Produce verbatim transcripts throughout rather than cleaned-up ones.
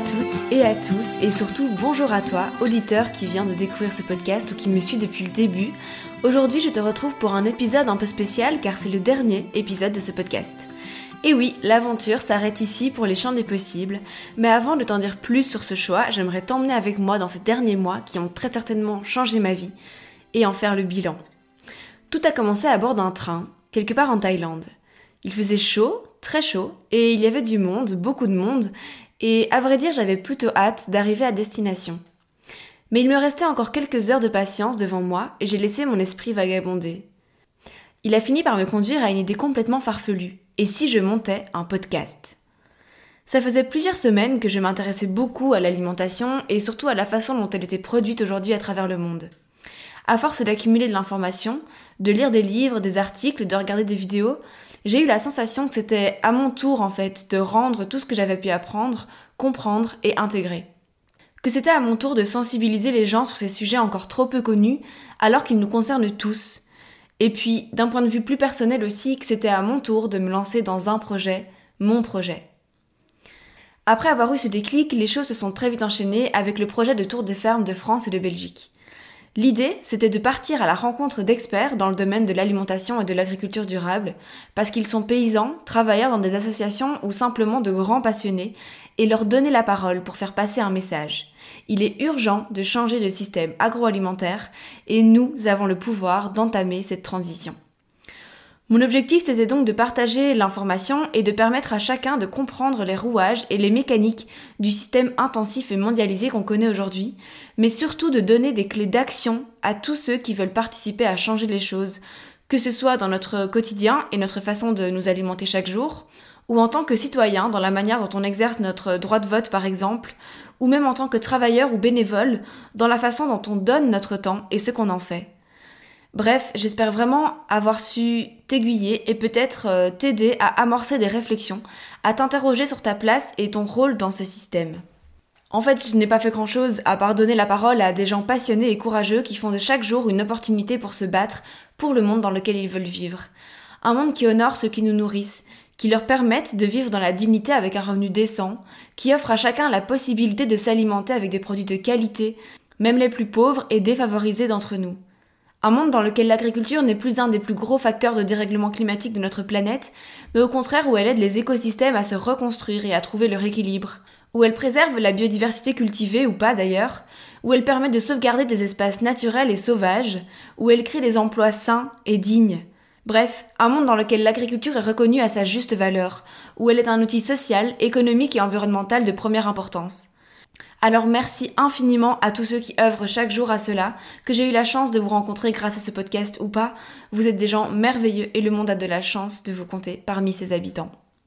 toutes et à tous, et surtout bonjour à toi, auditeur qui vient de découvrir ce podcast ou qui me suit depuis le début. Aujourd'hui, je te retrouve pour un épisode un peu spécial car c'est le dernier épisode de ce podcast. Et oui, l'aventure s'arrête ici pour les champs des possibles, mais avant de t'en dire plus sur ce choix, j'aimerais t'emmener avec moi dans ces derniers mois qui ont très certainement changé ma vie et en faire le bilan. Tout a commencé à bord d'un train, quelque part en Thaïlande. Il faisait chaud, très chaud, et il y avait du monde, beaucoup de monde, et à vrai dire, j'avais plutôt hâte d'arriver à destination. Mais il me restait encore quelques heures de patience devant moi et j'ai laissé mon esprit vagabonder. Il a fini par me conduire à une idée complètement farfelue. Et si je montais un podcast ? Ça faisait plusieurs semaines que je m'intéressais beaucoup à l'alimentation et surtout à la façon dont elle était produite aujourd'hui à travers le monde. À force d'accumuler de l'information, de lire des livres, des articles, de regarder des vidéos, j'ai eu la sensation que c'était à mon tour en fait de rendre tout ce que j'avais pu apprendre, comprendre et intégrer. Que c'était à mon tour de sensibiliser les gens sur ces sujets encore trop peu connus alors qu'ils nous concernent tous. Et puis, d'un point de vue plus personnel aussi, que c'était à mon tour de me lancer dans un projet, mon projet. Après avoir eu ce déclic, les choses se sont très vite enchaînées avec le projet de tour de ferme de France et de Belgique. L'idée, c'était de partir à la rencontre d'experts dans le domaine de l'alimentation et de l'agriculture durable, parce qu'ils sont paysans, travailleurs dans des associations ou simplement de grands passionnés, et leur donner la parole pour faire passer un message. Il est urgent de changer de système agroalimentaire, et nous avons le pouvoir d'entamer cette transition. Mon objectif, c'était donc de partager l'information et de permettre à chacun de comprendre les rouages et les mécaniques du système intensif et mondialisé qu'on connaît aujourd'hui, mais surtout de donner des clés d'action à tous ceux qui veulent participer à changer les choses, que ce soit dans notre quotidien et notre façon de nous alimenter chaque jour, ou en tant que citoyen dans la manière dont on exerce notre droit de vote par exemple, ou même en tant que travailleur ou bénévole dans la façon dont on donne notre temps et ce qu'on en fait. Bref, j'espère vraiment avoir su t'aiguiller et peut-être euh, t'aider à amorcer des réflexions, à t'interroger sur ta place et ton rôle dans ce système. En fait, je n'ai pas fait grand-chose à part donner la parole à des gens passionnés et courageux qui font de chaque jour une opportunité pour se battre pour le monde dans lequel ils veulent vivre. Un monde qui honore ceux qui nous nourrissent, qui leur permettent de vivre dans la dignité avec un revenu décent, qui offre à chacun la possibilité de s'alimenter avec des produits de qualité, même les plus pauvres et défavorisés d'entre nous. Un monde dans lequel l'agriculture n'est plus un des plus gros facteurs de dérèglement climatique de notre planète, mais au contraire où elle aide les écosystèmes à se reconstruire et à trouver leur équilibre, où elle préserve la biodiversité cultivée ou pas d'ailleurs, où elle permet de sauvegarder des espaces naturels et sauvages, où elle crée des emplois sains et dignes. Bref, un monde dans lequel l'agriculture est reconnue à sa juste valeur, où elle est un outil social, économique et environnemental de première importance. Alors merci infiniment à tous ceux qui œuvrent chaque jour à cela, que j'ai eu la chance de vous rencontrer grâce à ce podcast ou pas. Vous êtes des gens merveilleux et le monde a de la chance de vous compter parmi ses habitants.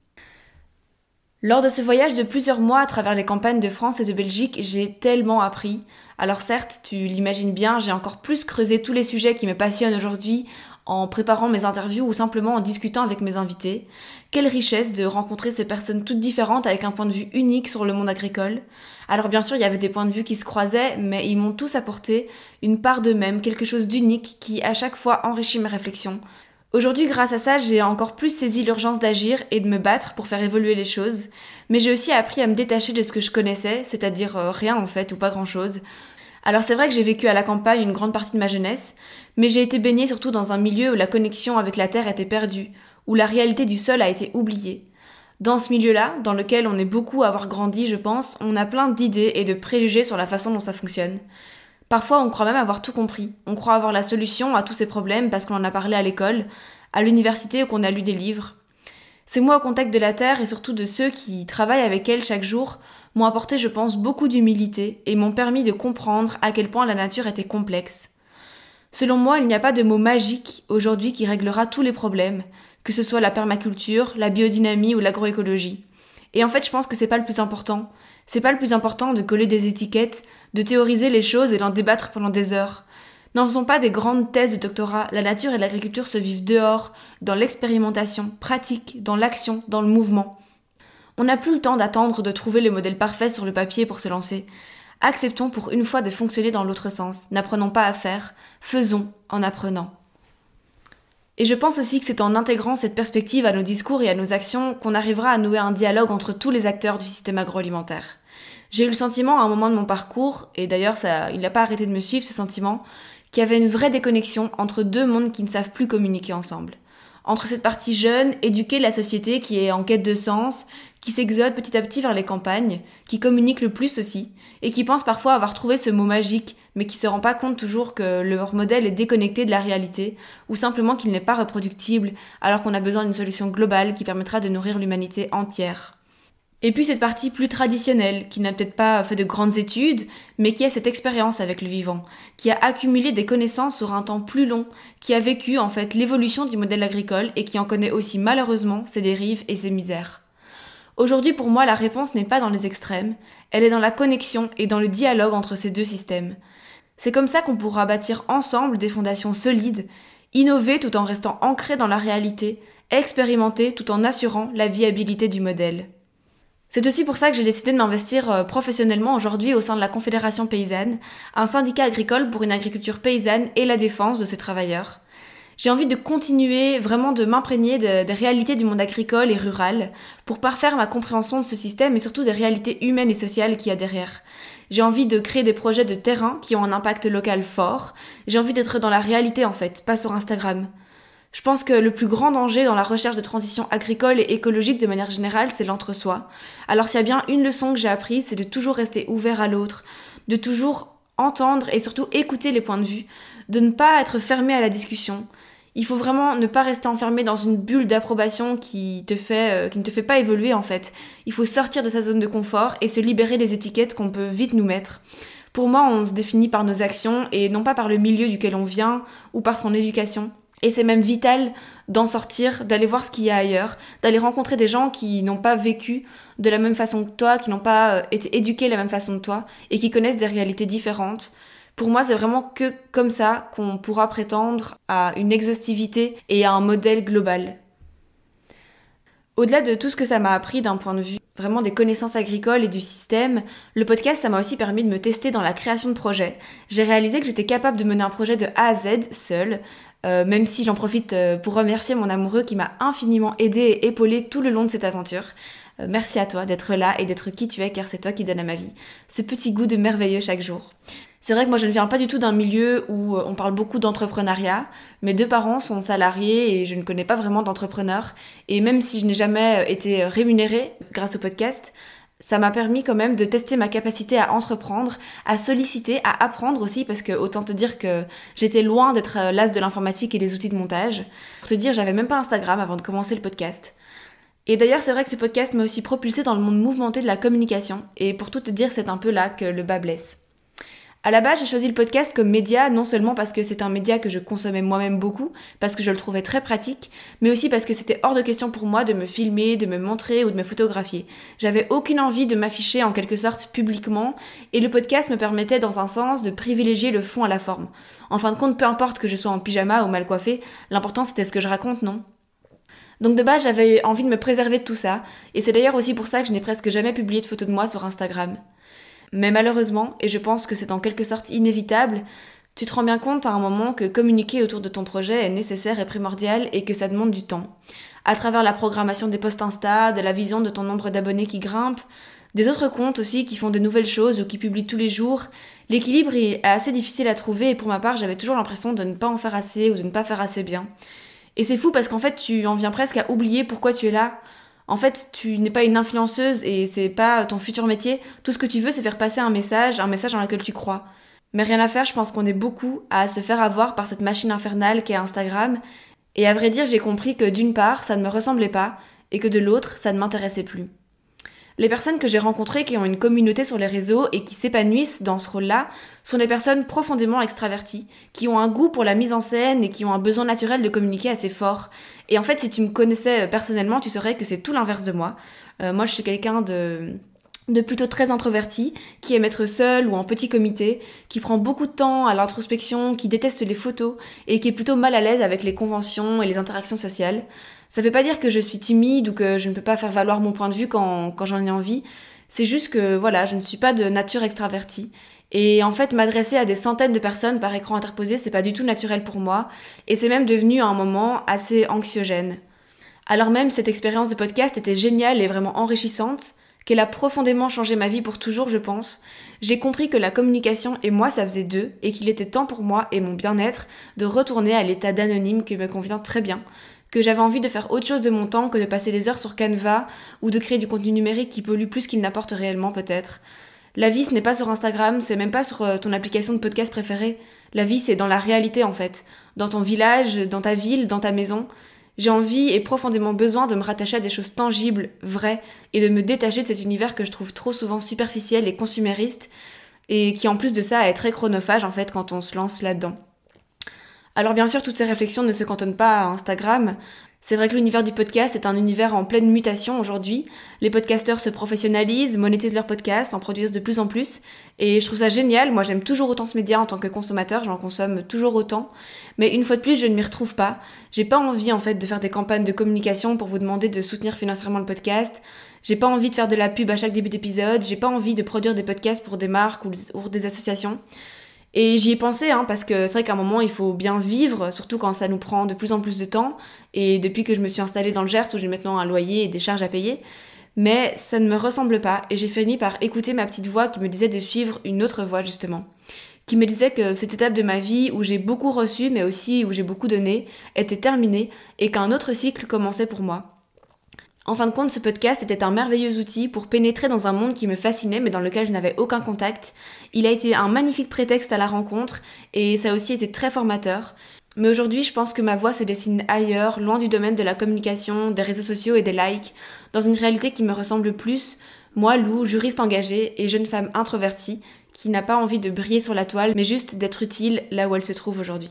Lors de ce voyage de plusieurs mois à travers les campagnes de France et de Belgique, j'ai tellement appris. Alors certes, tu l'imagines bien, j'ai encore plus creusé tous les sujets qui me passionnent aujourd'hui en préparant mes interviews ou simplement en discutant avec mes invités. Quelle richesse de rencontrer ces personnes toutes différentes avec un point de vue unique sur le monde agricole. Alors bien sûr, il y avait des points de vue qui se croisaient, mais ils m'ont tous apporté une part d'eux-mêmes, quelque chose d'unique qui à chaque fois enrichit mes réflexions. Aujourd'hui, grâce à ça, j'ai encore plus saisi l'urgence d'agir et de me battre pour faire évoluer les choses, mais j'ai aussi appris à me détacher de ce que je connaissais, c'est-à-dire euh, rien en fait, ou pas grand-chose. Alors c'est vrai que j'ai vécu à la campagne une grande partie de ma jeunesse, mais j'ai été baignée surtout dans un milieu où la connexion avec la terre était perdue, où la réalité du sol a été oubliée. Dans ce milieu-là, dans lequel on est beaucoup à avoir grandi, je pense, on a plein d'idées et de préjugés sur la façon dont ça fonctionne. Parfois, on croit même avoir tout compris. On croit avoir la solution à tous ces problèmes parce qu'on en a parlé à l'école, à l'université ou qu'on a lu des livres. Ces mois au contact de la terre et surtout de ceux qui travaillent avec elle chaque jour m'ont apporté, je pense, beaucoup d'humilité et m'ont permis de comprendre à quel point la nature était complexe. Selon moi, il n'y a pas de mot magique aujourd'hui qui réglera tous les problèmes, que ce soit la permaculture, la biodynamie ou l'agroécologie. Et en fait, je pense que c'est pas le plus important. C'est pas le plus important de coller des étiquettes, de théoriser les choses et d'en débattre pendant des heures. N'en faisons pas des grandes thèses de doctorat, la nature et l'agriculture se vivent dehors, dans l'expérimentation, pratique, dans l'action, dans le mouvement. On n'a plus le temps d'attendre de trouver le modèle parfait sur le papier pour se lancer. Acceptons pour une fois de fonctionner dans l'autre sens, n'apprenons pas à faire, faisons en apprenant. Et je pense aussi que c'est en intégrant cette perspective à nos discours et à nos actions qu'on arrivera à nouer un dialogue entre tous les acteurs du système agroalimentaire. J'ai eu le sentiment à un moment de mon parcours, et d'ailleurs ça, il n'a pas arrêté de me suivre ce sentiment, qu'il y avait une vraie déconnexion entre deux mondes qui ne savent plus communiquer ensemble. Entre cette partie jeune, éduquée de la société qui est en quête de sens, qui s'exode petit à petit vers les campagnes, qui communique le plus aussi, et qui pense parfois avoir trouvé ce mot magique, mais qui se rend pas compte toujours que leur modèle est déconnecté de la réalité, ou simplement qu'il n'est pas reproductible, alors qu'on a besoin d'une solution globale qui permettra de nourrir l'humanité entière. Et puis cette partie plus traditionnelle, qui n'a peut-être pas fait de grandes études, mais qui a cette expérience avec le vivant, qui a accumulé des connaissances sur un temps plus long, qui a vécu en fait l'évolution du modèle agricole et qui en connaît aussi malheureusement ses dérives et ses misères. Aujourd'hui pour moi la réponse n'est pas dans les extrêmes, elle est dans la connexion et dans le dialogue entre ces deux systèmes. C'est comme ça qu'on pourra bâtir ensemble des fondations solides, innover tout en restant ancrés dans la réalité, expérimenter tout en assurant la viabilité du modèle. C'est aussi pour ça que j'ai décidé de m'investir professionnellement aujourd'hui au sein de la Confédération paysanne, un syndicat agricole pour une agriculture paysanne et la défense de ses travailleurs. J'ai envie de continuer vraiment de m'imprégner de, des réalités du monde agricole et rural pour parfaire ma compréhension de ce système et surtout des réalités humaines et sociales qu'il y a derrière. J'ai envie de créer des projets de terrain qui ont un impact local fort. J'ai envie d'être dans la réalité en fait, pas sur Instagram. Je pense que le plus grand danger dans la recherche de transition agricole et écologique de manière générale, c'est l'entre-soi. Alors s'il y a bien une leçon que j'ai apprise, c'est de toujours rester ouvert à l'autre, de toujours entendre et surtout écouter les points de vue, de ne pas être fermé à la discussion. Il faut vraiment ne pas rester enfermé dans une bulle d'approbation qui te fait, euh, qui ne te fait pas évoluer en fait. Il faut sortir de sa zone de confort et se libérer des étiquettes qu'on peut vite nous mettre. Pour moi, on se définit par nos actions et non pas par le milieu duquel on vient ou par son éducation. Et c'est même vital d'en sortir, d'aller voir ce qu'il y a ailleurs, d'aller rencontrer des gens qui n'ont pas vécu de la même façon que toi, qui n'ont pas été éduqués de la même façon que toi et qui connaissent des réalités différentes. Pour moi, c'est vraiment que comme ça qu'on pourra prétendre à une exhaustivité et à un modèle global. Au-delà de tout ce que ça m'a appris d'un point de vue vraiment des connaissances agricoles et du système, le podcast, ça m'a aussi permis de me tester dans la création de projets. J'ai réalisé que j'étais capable de mener un projet de A à Z seule, euh, même si j'en profite euh, pour remercier mon amoureux qui m'a infiniment aidée et épaulée tout le long de cette aventure. Euh, merci à toi d'être là et d'être qui tu es, car c'est toi qui donnes à ma vie ce petit goût de merveilleux chaque jour. C'est vrai que moi je ne viens pas du tout d'un milieu où on parle beaucoup d'entrepreneuriat. Mes deux parents sont salariés et je ne connais pas vraiment d'entrepreneurs. Et même si je n'ai jamais été rémunérée grâce au podcast, ça m'a permis quand même de tester ma capacité à entreprendre, à solliciter, à apprendre aussi, parce que autant te dire que j'étais loin d'être lasse de l'informatique et des outils de montage. Pour te dire, j'avais même pas Instagram avant de commencer le podcast. Et d'ailleurs, c'est vrai que ce podcast m'a aussi propulsée dans le monde mouvementé de la communication. Et pour tout te dire, c'est un peu là que le bas blesse. À la base, j'ai choisi le podcast comme média, non seulement parce que c'est un média que je consommais moi-même beaucoup, parce que je le trouvais très pratique, mais aussi parce que c'était hors de question pour moi de me filmer, de me montrer ou de me photographier. J'avais aucune envie de m'afficher en quelque sorte publiquement, et le podcast me permettait dans un sens de privilégier le fond à la forme. En fin de compte, peu importe que je sois en pyjama ou mal coiffée, l'important c'était ce que je raconte, non ? Donc de base, j'avais envie de me préserver de tout ça, et c'est d'ailleurs aussi pour ça que je n'ai presque jamais publié de photos de moi sur Instagram. Mais malheureusement, et je pense que c'est en quelque sorte inévitable, tu te rends bien compte à un moment que communiquer autour de ton projet est nécessaire et primordial et que ça demande du temps. À travers la programmation des posts Insta, de la vision de ton nombre d'abonnés qui grimpe, des autres comptes aussi qui font de nouvelles choses ou qui publient tous les jours, l'équilibre est assez difficile à trouver et pour ma part, j'avais toujours l'impression de ne pas en faire assez ou de ne pas faire assez bien. Et c'est fou parce qu'en fait, tu en viens presque à oublier pourquoi tu es là. En fait, tu n'es pas une influenceuse et c'est pas ton futur métier. Tout ce que tu veux, c'est faire passer un message, un message dans lequel tu crois. Mais rien à faire, je pense qu'on est beaucoup à se faire avoir par cette machine infernale qu'est Instagram. Et à vrai dire, j'ai compris que d'une part, ça ne me ressemblait pas et que de l'autre, ça ne m'intéressait plus. Les personnes que j'ai rencontrées qui ont une communauté sur les réseaux et qui s'épanouissent dans ce rôle-là sont des personnes profondément extraverties, qui ont un goût pour la mise en scène et qui ont un besoin naturel de communiquer assez fort. Et en fait, si tu me connaissais personnellement, tu saurais que c'est tout l'inverse de moi. Euh, moi, je suis quelqu'un de... de plutôt très introverti, qui aime être seul ou en petit comité, qui prend beaucoup de temps à l'introspection, qui déteste les photos et qui est plutôt mal à l'aise avec les conventions et les interactions sociales. Ça veut pas dire que je suis timide ou que je ne peux pas faire valoir mon point de vue quand, quand j'en ai envie. C'est juste que, voilà, je ne suis pas de nature extravertie. Et en fait, m'adresser à des centaines de personnes par écran interposé, c'est pas du tout naturel pour moi. Et c'est même devenu à un moment assez anxiogène. Alors même, cette expérience de podcast était géniale et vraiment enrichissante, qu'elle a profondément changé ma vie pour toujours, je pense. J'ai compris que la communication et moi, ça faisait deux, et qu'il était temps pour moi et mon bien-être de retourner à l'état d'anonyme qui me convient très bien, que j'avais envie de faire autre chose de mon temps que de passer des heures sur Canva ou de créer du contenu numérique qui pollue plus qu'il n'apporte réellement peut-être. La vie, ce n'est pas sur Instagram, c'est même pas sur ton application de podcast préférée. La vie, c'est dans la réalité en fait, dans ton village, dans ta ville, dans ta maison. J'ai envie et profondément besoin de me rattacher à des choses tangibles, vraies, et de me détacher de cet univers que je trouve trop souvent superficiel et consumériste, et qui en plus de ça est très chronophage en fait quand on se lance là-dedans. Alors bien sûr, toutes ces réflexions ne se cantonnent pas à Instagram. C'est vrai que l'univers du podcast est un univers en pleine mutation aujourd'hui. Les podcasteurs se professionnalisent, monétisent leurs podcasts, en produisent de plus en plus. Et je trouve ça génial. Moi, j'aime toujours autant ce média en tant que consommateur. J'en consomme toujours autant. Mais une fois de plus, je ne m'y retrouve pas. J'ai pas envie, en fait, de faire des campagnes de communication pour vous demander de soutenir financièrement le podcast. J'ai pas envie de faire de la pub à chaque début d'épisode. J'ai pas envie de produire des podcasts pour des marques ou pour des associations. Et j'y ai pensé, hein, parce que c'est vrai qu'à un moment, il faut bien vivre, surtout quand ça nous prend de plus en plus de temps. Et depuis que je me suis installée dans le Gers, où j'ai maintenant un loyer et des charges à payer, mais ça ne me ressemble pas. Et j'ai fini par écouter ma petite voix qui me disait de suivre une autre voie, justement. Qui me disait que cette étape de ma vie, où j'ai beaucoup reçu, mais aussi où j'ai beaucoup donné, était terminée, et qu'un autre cycle commençait pour moi. En fin de compte, ce podcast était un merveilleux outil pour pénétrer dans un monde qui me fascinait mais dans lequel je n'avais aucun contact. Il a été un magnifique prétexte à la rencontre et ça a aussi été très formateur. Mais aujourd'hui, je pense que ma voie se dessine ailleurs, loin du domaine de la communication, des réseaux sociaux et des likes, dans une réalité qui me ressemble plus, moi, Lou, juriste engagée et jeune femme introvertie, qui n'a pas envie de briller sur la toile, mais juste d'être utile là où elle se trouve aujourd'hui.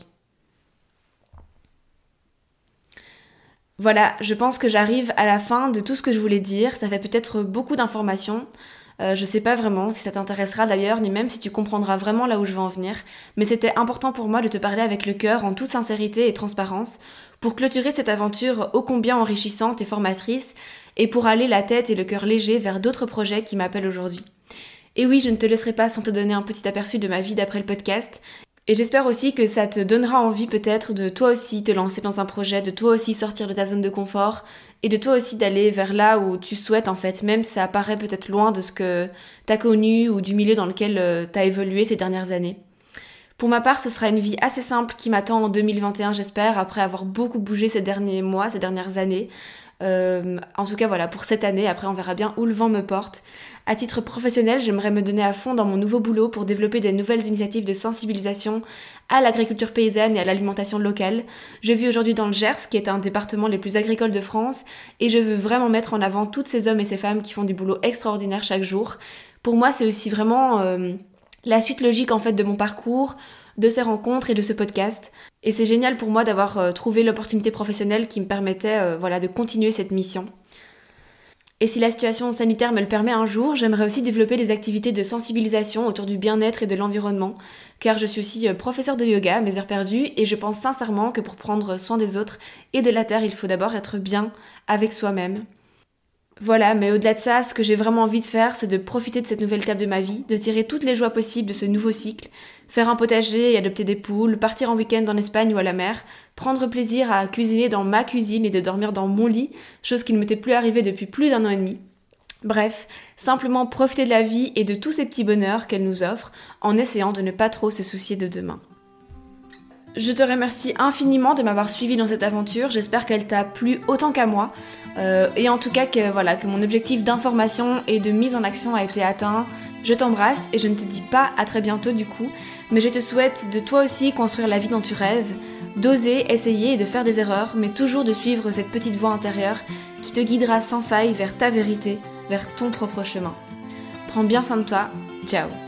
Voilà, je pense que j'arrive à la fin de tout ce que je voulais dire. Ça fait peut-être beaucoup d'informations. Euh, je sais pas vraiment si ça t'intéressera d'ailleurs, ni même si tu comprendras vraiment là où je veux en venir. Mais c'était important pour moi de te parler avec le cœur, en toute sincérité et transparence, pour clôturer cette aventure ô combien enrichissante et formatrice, et pour aller la tête et le cœur léger vers d'autres projets qui m'appellent aujourd'hui. Et oui, je ne te laisserai pas sans te donner un petit aperçu de ma vie d'après le podcast. Et j'espère aussi que ça te donnera envie peut-être de toi aussi te lancer dans un projet, de toi aussi sortir de ta zone de confort et de toi aussi d'aller vers là où tu souhaites en fait, même si ça paraît peut-être loin de ce que t'as connu ou du milieu dans lequel euh, t'as évolué ces dernières années. Pour ma part, ce sera une vie assez simple qui m'attend en deux mille vingt et un, j'espère, après avoir beaucoup bougé ces derniers mois, ces dernières années. Euh, en tout cas, voilà, pour cette année, après on verra bien où le vent me porte. À titre professionnel, j'aimerais me donner à fond dans mon nouveau boulot pour développer des nouvelles initiatives de sensibilisation à l'agriculture paysanne et à l'alimentation locale. Je vis aujourd'hui dans le Gers, qui est un des départements les plus agricoles de France, et je veux vraiment mettre en avant tous ces hommes et ces femmes qui font du boulot extraordinaire chaque jour. Pour moi, c'est aussi vraiment euh, la suite logique en fait de mon parcours, de ces rencontres et de ce podcast. Et c'est génial pour moi d'avoir euh, trouvé l'opportunité professionnelle qui me permettait euh, voilà, de continuer cette mission. Et si la situation sanitaire me le permet un jour, j'aimerais aussi développer des activités de sensibilisation autour du bien-être et de l'environnement, car je suis aussi professeure de yoga à mes heures perdues, et je pense sincèrement que pour prendre soin des autres et de la terre, il faut d'abord être bien avec soi-même. Voilà, mais au-delà de ça, ce que j'ai vraiment envie de faire, c'est de profiter de cette nouvelle étape de ma vie, de tirer toutes les joies possibles de ce nouveau cycle, faire un potager et adopter des poules, partir en week-end en Espagne ou à la mer, prendre plaisir à cuisiner dans ma cuisine et de dormir dans mon lit, chose qui ne m'était plus arrivée depuis plus d'un an et demi. Bref, simplement profiter de la vie et de tous ces petits bonheurs qu'elle nous offre, en essayant de ne pas trop se soucier de demain. Je te remercie infiniment de m'avoir suivi dans cette aventure, j'espère qu'elle t'a plu autant qu'à moi, euh, et en tout cas que, voilà, que mon objectif d'information et de mise en action a été atteint. Je t'embrasse et je ne te dis pas à très bientôt du coup, mais je te souhaite de toi aussi construire la vie dont tu rêves, d'oser, essayer et de faire des erreurs, mais toujours de suivre cette petite voix intérieure qui te guidera sans faille vers ta vérité, vers ton propre chemin. Prends bien soin de toi, ciao.